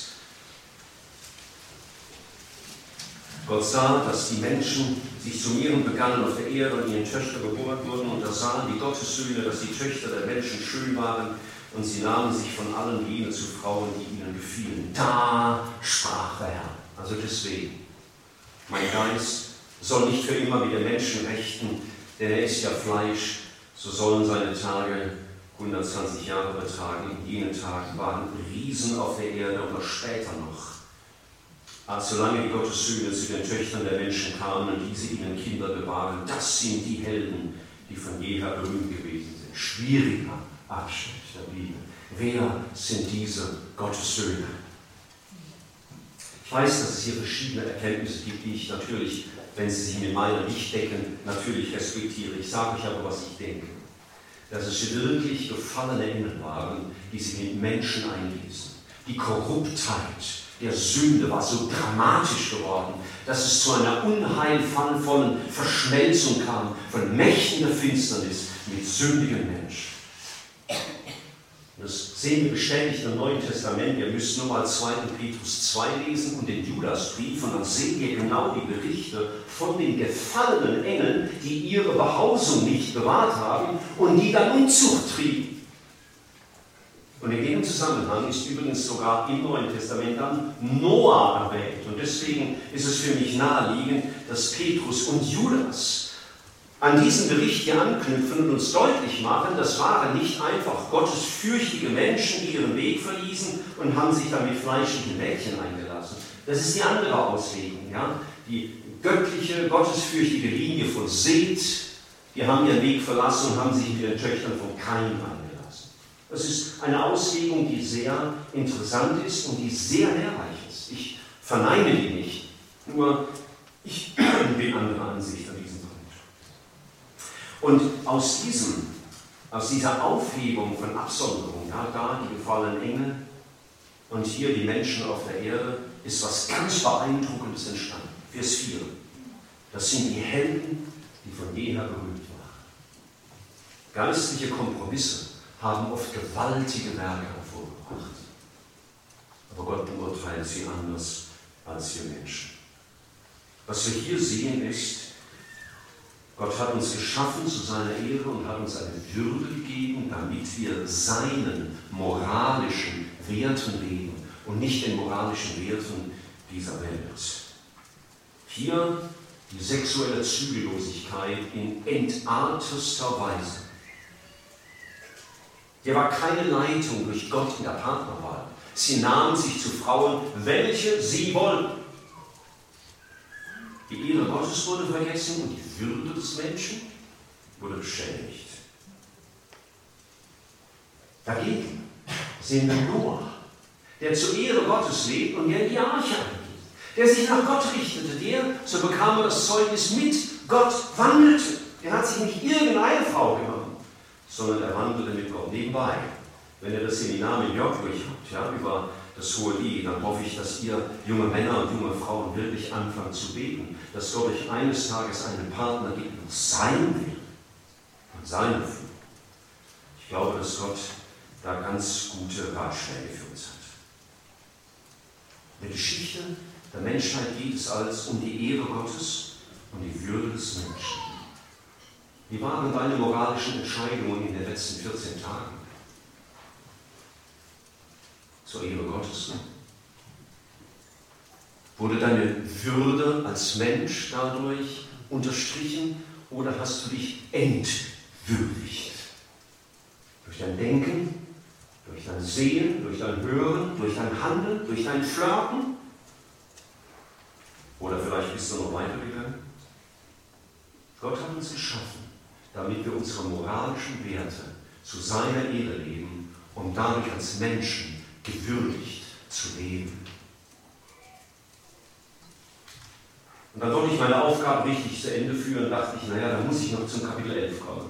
Gott sah, dass die Menschen sich zu mehren begannen auf der Erde und ihnen Töchter geboren wurden, und da sahen die Gottessöhne, dass die Töchter der Menschen schön waren, und sie nahmen sich von allen jene zu Frauen, die ihnen gefielen. Da sprach der Herr. Also deswegen, mein Geist soll nicht für immer mit den Menschen rechten, denn er ist ja Fleisch, so sollen seine Tage 120 Jahre betragen. In jenen Tagen waren Riesen auf der Erde und auch später noch. Als solange die Gottessöhne zu den Töchtern der Menschen kamen und diese ihnen Kinder bewahren, das sind die Helden, die von jeher berühmt gewesen sind. Schwieriger Abschnitt der Bibel. Wer sind diese Gottessöhne? Ich weiß, dass es hier verschiedene Erkenntnisse gibt, die ich natürlich, wenn sie sich mit meiner nicht decken, natürlich respektiere. Ich sage euch aber, was ich denke. Dass es wirklich gefallene Engel waren, die sich mit Menschen einließen. Die Korruptheit der Sünde war so dramatisch geworden, dass es zu einer unheilvollen Verschmelzung kam von Mächten der Finsternis mit sündigen Menschen. Das sehen wir bestätigt im Neuen Testament. Ihr müsst nur mal 2. Petrus 2 lesen und den Judasbrief, und dann sehen wir genau die Berichte von den gefallenen Engeln, die ihre Behausung nicht bewahrt haben und die dann Unzucht trieben. Und in dem Zusammenhang ist übrigens sogar im Neuen Testament dann Noah erwähnt. Und deswegen ist es für mich naheliegend, dass Petrus und Judas an diesen Bericht hier anknüpfen und uns deutlich machen, das waren nicht einfach gottesfürchtige Menschen, die ihren Weg verließen und haben sich dann mit fleischlichen Mädchen eingelassen. Das ist die andere Auslegung. Ja? Die göttliche, gottesfürchtige Linie von Seth, die haben ihren Weg verlassen und haben sich mit den Töchtern von Kain eingelassen. Das ist eine Auslegung, die sehr interessant ist und die sehr lehrreich ist. Ich verneine die nicht, nur ich bin anderer Ansicht an diesem Punkt. Und aus dieser Aufhebung von Absonderung, ja, da die gefallenen Engel und hier die Menschen auf der Erde, ist was ganz Beeindruckendes entstanden. Vers 4. Das sind die Helden, die von jeher berühmt waren. Geistliche Kompromisse haben oft gewaltige Werke hervorgebracht. Aber Gott beurteilt sie anders als wir Menschen. Was wir hier sehen ist, Gott hat uns geschaffen zu seiner Ehre und hat uns eine Würde gegeben, damit wir seinen moralischen Werten leben und nicht den moralischen Werten dieser Welt. Hier die sexuelle Zügellosigkeit in entartester Weise. Hier war keine Leitung durch Gott in der Partnerwahl. Sie nahmen sich zu Frauen, welche sie wollten. Die Ehre Gottes wurde vergessen und die Würde des Menschen wurde beschädigt. Dagegen sehen wir Noah, der zur Ehre Gottes lebt und der in die Arche eingeht, der sich nach Gott richtete, der, so bekam er das Zeugnis, mit Gott wandelte. Der hat sich nicht irgendeine Frau genommen, sondern er wandelte mit Gott nebenbei. Wenn ihr das Seminar mit Jörg durch habt, ja, über das hohe Lied, dann hoffe ich, dass ihr junge Männer und junge Frauen wirklich anfangen zu beten, dass Gott euch eines Tages einen Partner gibt, nach seinem Willen und seinem Gefühl. Ich glaube, dass Gott da ganz gute Ratschläge für uns hat. In der Geschichte der Menschheit geht es alles um die Ehre Gottes und die Würde des Menschen. Wie waren deine moralischen Entscheidungen in den letzten 14 Tagen? Zur Ehre Gottes. Wurde deine Würde als Mensch dadurch unterstrichen oder hast du dich entwürdigt? Durch dein Denken, durch dein Sehen, durch dein Hören, durch dein Handeln, durch dein Flirten? Oder vielleicht bist du noch weitergegangen? Gott hat uns geschaffen, damit wir unsere moralischen Werte zu seiner Ehre leben und dadurch als Menschen gewürdigt zu leben. Und dann wollte ich meine Aufgabe richtig zu Ende führen, dachte ich, naja, dann muss ich noch zum Kapitel 11 kommen.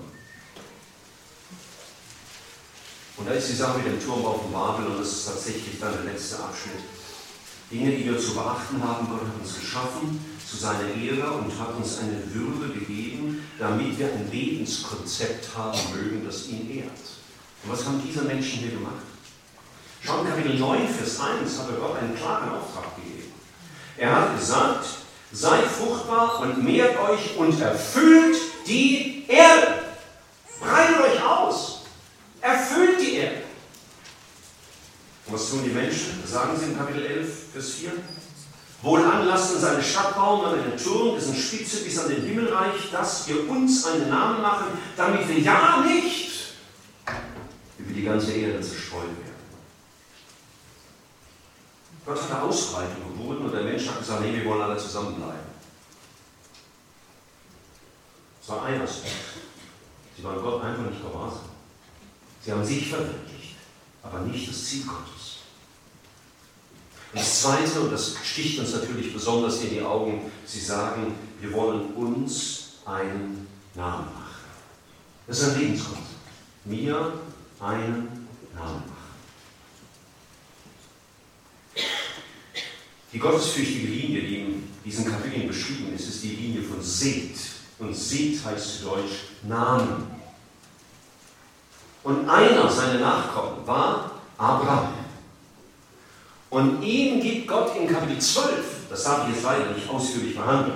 Und da ist die Sache mit dem Turmbau von Babel und das ist tatsächlich dann der letzte Abschnitt. Dinge, die wir zu beachten haben. Gott hat uns geschaffen zu seiner Ehre und hat uns eine Würde gegeben, damit wir ein Lebenskonzept haben mögen, das ihn ehrt. Und was haben diese Menschen hier gemacht? Schon Kapitel 9, Vers 1 hat Gott einen klaren Auftrag gegeben. Er hat gesagt, seid fruchtbar und mehrt euch und erfüllt die Erde. Breitet euch aus. Erfüllt die Erde. Und was tun die Menschen? Das sagen sie in Kapitel 11, Vers 4. Wohlan lasst uns eine Stadt bauen an einen Turm, dessen Spitze bis an den Himmel reicht, dass wir uns einen Namen machen, damit wir ja nicht über die ganze Erde zerstreut werden. Gott hat eine Ausbreitung geboten und der Mensch hat gesagt, nee, wir wollen alle zusammenbleiben. Das war ein Aspekt. Sie waren Gott einfach nicht gehorsam. Sie haben sich verwirklicht, aber nicht das Ziel Gottes. Und das Zweite, und das sticht uns natürlich besonders in die Augen, sie sagen, wir wollen uns einen Namen machen. Das ist ein Lebenskonzept. Mir einen Namen machen. Die gottesfürchtige Linie, die in diesen Kapiteln beschrieben ist, ist die Linie von Seth. Und Seth heißt zu Deutsch Namen. Und einer seiner Nachkommen war Abraham. Und ihm gibt Gott in Kapitel 12, das darf ich jetzt leider nicht ausführlich behandeln,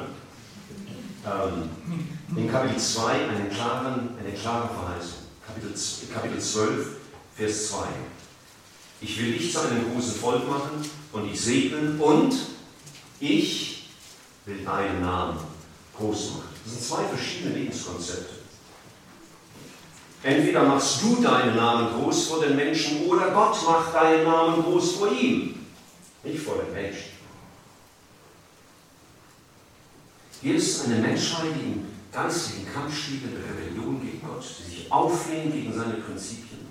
in Kapitel 2 eine klare Verheißung. Kapitel 12, Vers 2. Ich will dich zu einem großen Volk machen und dich segnen und ich will deinen Namen groß machen. Das sind zwei verschiedene Lebenskonzepte. Entweder machst du deinen Namen groß vor den Menschen oder Gott macht deinen Namen groß vor ihm. Nicht vor den Menschen. Hier ist eine Menschheit, die im geistlichen Kampf steht, in der Rebellion gegen Gott, die sich auflehnt gegen seine Prinzipien.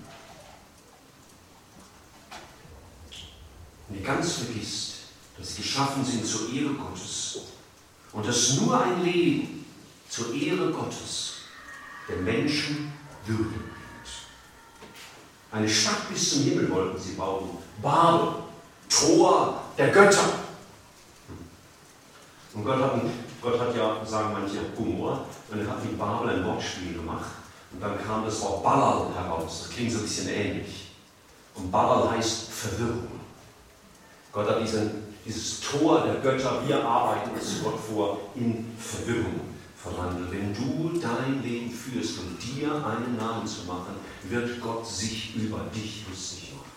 Und die ganz vergisst, dass sie geschaffen sind zur Ehre Gottes und dass nur ein Leben zur Ehre Gottes der Menschen Würde bringt. Eine Stadt bis zum Himmel wollten sie bauen. Babel, Tor der Götter. Und Gott hat ja, sagen manche, Humor, und er hat mit Babel ein Wortspiel gemacht. Und dann kam das Wort Balal heraus. Das klingt so ein bisschen ähnlich. Und Balal heißt Verwirrung. Gott hat dieses Tor der Götter, wir arbeiten uns Gott vor, in Verwirrung verwandelt. Wenn du dein Leben führst, um dir einen Namen zu machen, wird Gott sich über dich lustig machen.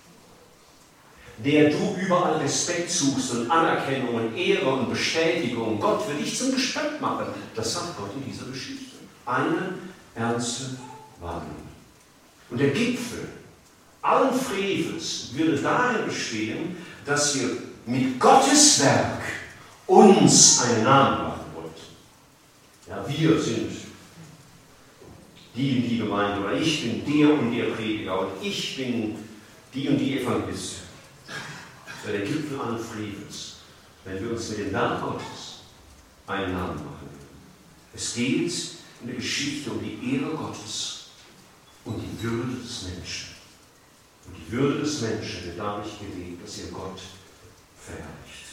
Der du überall Respekt suchst und Anerkennung und Ehre und Bestätigung, Gott will dich zum Gespött machen. Das sagt Gott in dieser Geschichte. Eine ernste Warnung. Und der Gipfel allen Frevels würde darin bestehen, dass wir mit Gottes Werk uns einen Namen machen wollten. Ja, wir sind die und die Gemeinde, oder ich bin der und der Prediger, und ich bin die und die Evangelistin. Das wäre der Gipfel allen Frevels, wenn wir uns mit dem Werk Gottes einen Namen machen würden. Es geht in der Geschichte um die Ehre Gottes und die Würde des Menschen. Und die Würde des Menschen wird dadurch gelegt, dass ihr Gott verherrlicht.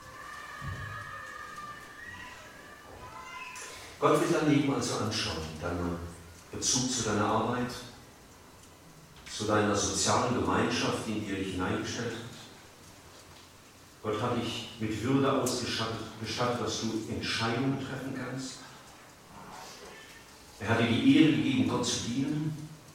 Gott will dein Leben also anschauen, deinen Bezug zu deiner Arbeit, zu deiner sozialen Gemeinschaft, die in dir dich hineingestellt hat. Gott hat dich mit Würde ausgestattet, dass du Entscheidungen treffen kannst. Er hat dir die Ehre gegeben, Gott zu dienen.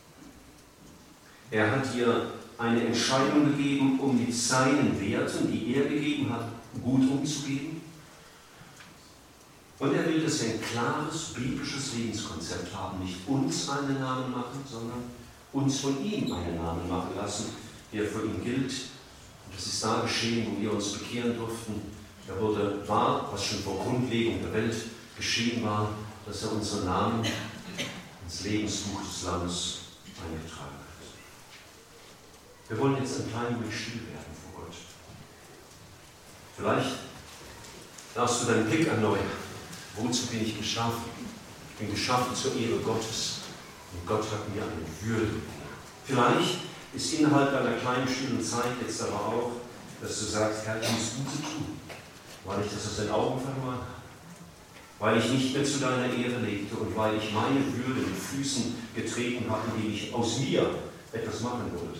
Er hat dir eine Entscheidung gegeben, um mit seinen Werten, die er gegeben hat, gut umzugehen. Und er will, dass wir ein klares biblisches Lebenskonzept haben, nicht uns einen Namen machen, sondern uns von ihm einen Namen machen lassen, der für ihn gilt. Und das ist da geschehen, wo wir uns bekehren durften. Er wurde wahr, was schon vor Grundlegung der Welt geschehen war, dass er unseren Namen ins Lebensbuch des Lammes eingetragen hat. Wir wollen jetzt ein klein wenig still werden vor Gott. Vielleicht darfst du deinen Blick erneuern. Wozu bin ich geschaffen? Ich bin geschaffen zur Ehre Gottes. Und Gott hat mir eine Würde gegeben. Vielleicht ist innerhalb deiner kleinen stillen Zeit jetzt aber auch dass du sagst, Herr, ich muss Buße tun, weil ich das aus den Augen verloren habe, weil ich nicht mehr zu deiner Ehre lebte und weil ich meine Würde mit Füßen getreten habe, indem ich aus mir etwas machen wollte.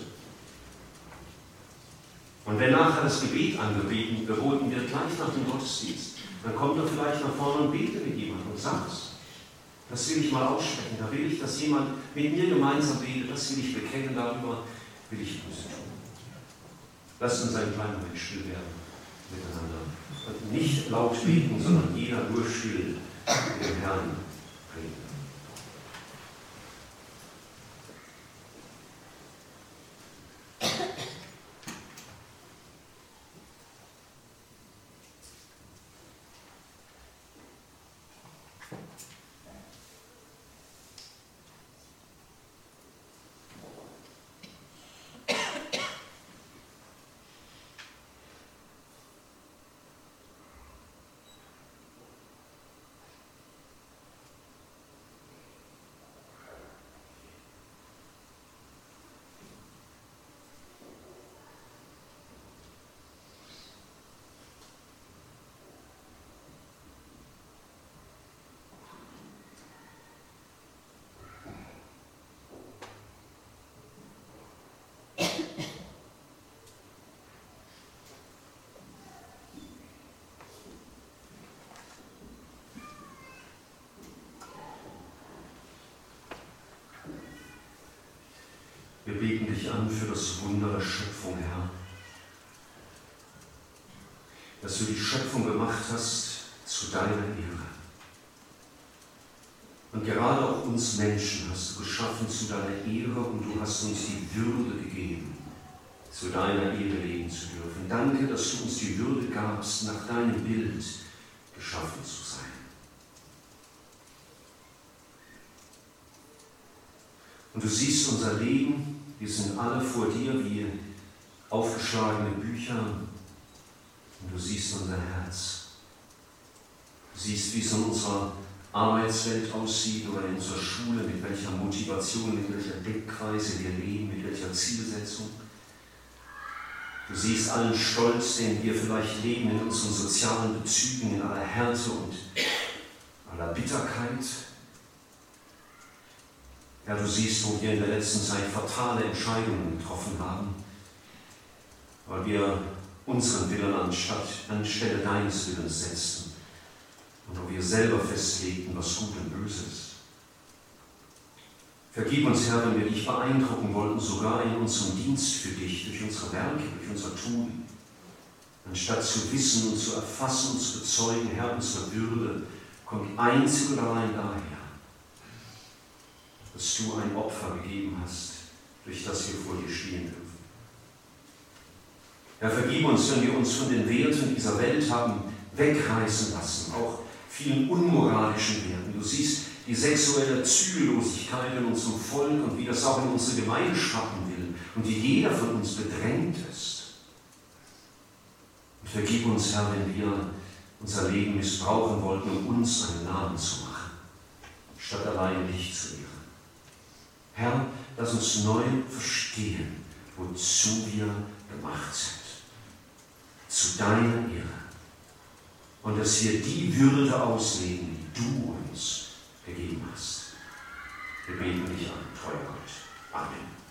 Und wenn nachher das Gebet angeboten wird, gleich nach dem Gottesdienst, dann kommt er vielleicht nach vorne und betet mit jemandem und sagt es. Das will ich mal aussprechen. Da will ich, dass jemand mit mir gemeinsam betet. Das will ich bekennen. Darüber will ich Buße tun. Lasst uns einen kleinen Moment still werden miteinander. Und nicht laut beten, sondern jeder nur still mit dem Herrn reden. Wir beten dich an für das Wunder der Schöpfung, Herr. Dass du die Schöpfung gemacht hast zu deiner Ehre. Und gerade auch uns Menschen hast du geschaffen zu deiner Ehre und du hast uns die Würde gegeben, zu deiner Ehre leben zu dürfen. Danke, dass du uns die Würde gabst, nach deinem Bild geschaffen zu sein. Und du siehst unser Leben, wir sind alle vor dir wie aufgeschlagene Bücher und du siehst unser Herz. Du siehst, wie es in unserer Arbeitswelt aussieht oder in unserer Schule, mit welcher Motivation, mit welcher Denkweise wir leben, mit welcher Zielsetzung. Du siehst allen Stolz, den wir vielleicht leben in unseren sozialen Bezügen, in aller Härte und aller Bitterkeit. Ja, du siehst, wo wir in der letzten Zeit fatale Entscheidungen getroffen haben, weil wir unseren Willen anstelle deines Willens setzten und wo wir selber festlegten, was gut und böse ist. Vergib uns, Herr, wenn wir dich beeindrucken wollten, sogar in unserem Dienst für dich, durch unsere Werke, durch unser Tun, anstatt zu wissen und zu erfassen und zu bezeugen, Herr, unsere Würde kommt einzig und allein daher, dass du ein Opfer gegeben hast, durch das wir vor dir stehen dürfen. Herr, vergib uns, wenn wir uns von den Werten dieser Welt haben wegreißen lassen, auch vielen unmoralischen Werten. Du siehst die sexuelle Zügellosigkeit in unserem Volk und wie das auch in unsere Gemeinde schwappen will und wie jeder von uns bedrängt ist. Und vergib uns, Herr, wenn wir unser Leben missbrauchen wollten, um uns einen Namen zu machen, statt alleine dich zu ehren. Herr, lass uns neu verstehen, wozu wir gemacht sind. Zu deiner Ehre. Und dass wir die Würde ausleben, die du uns gegeben hast. Wir beten dich an, treuer Gott. Amen.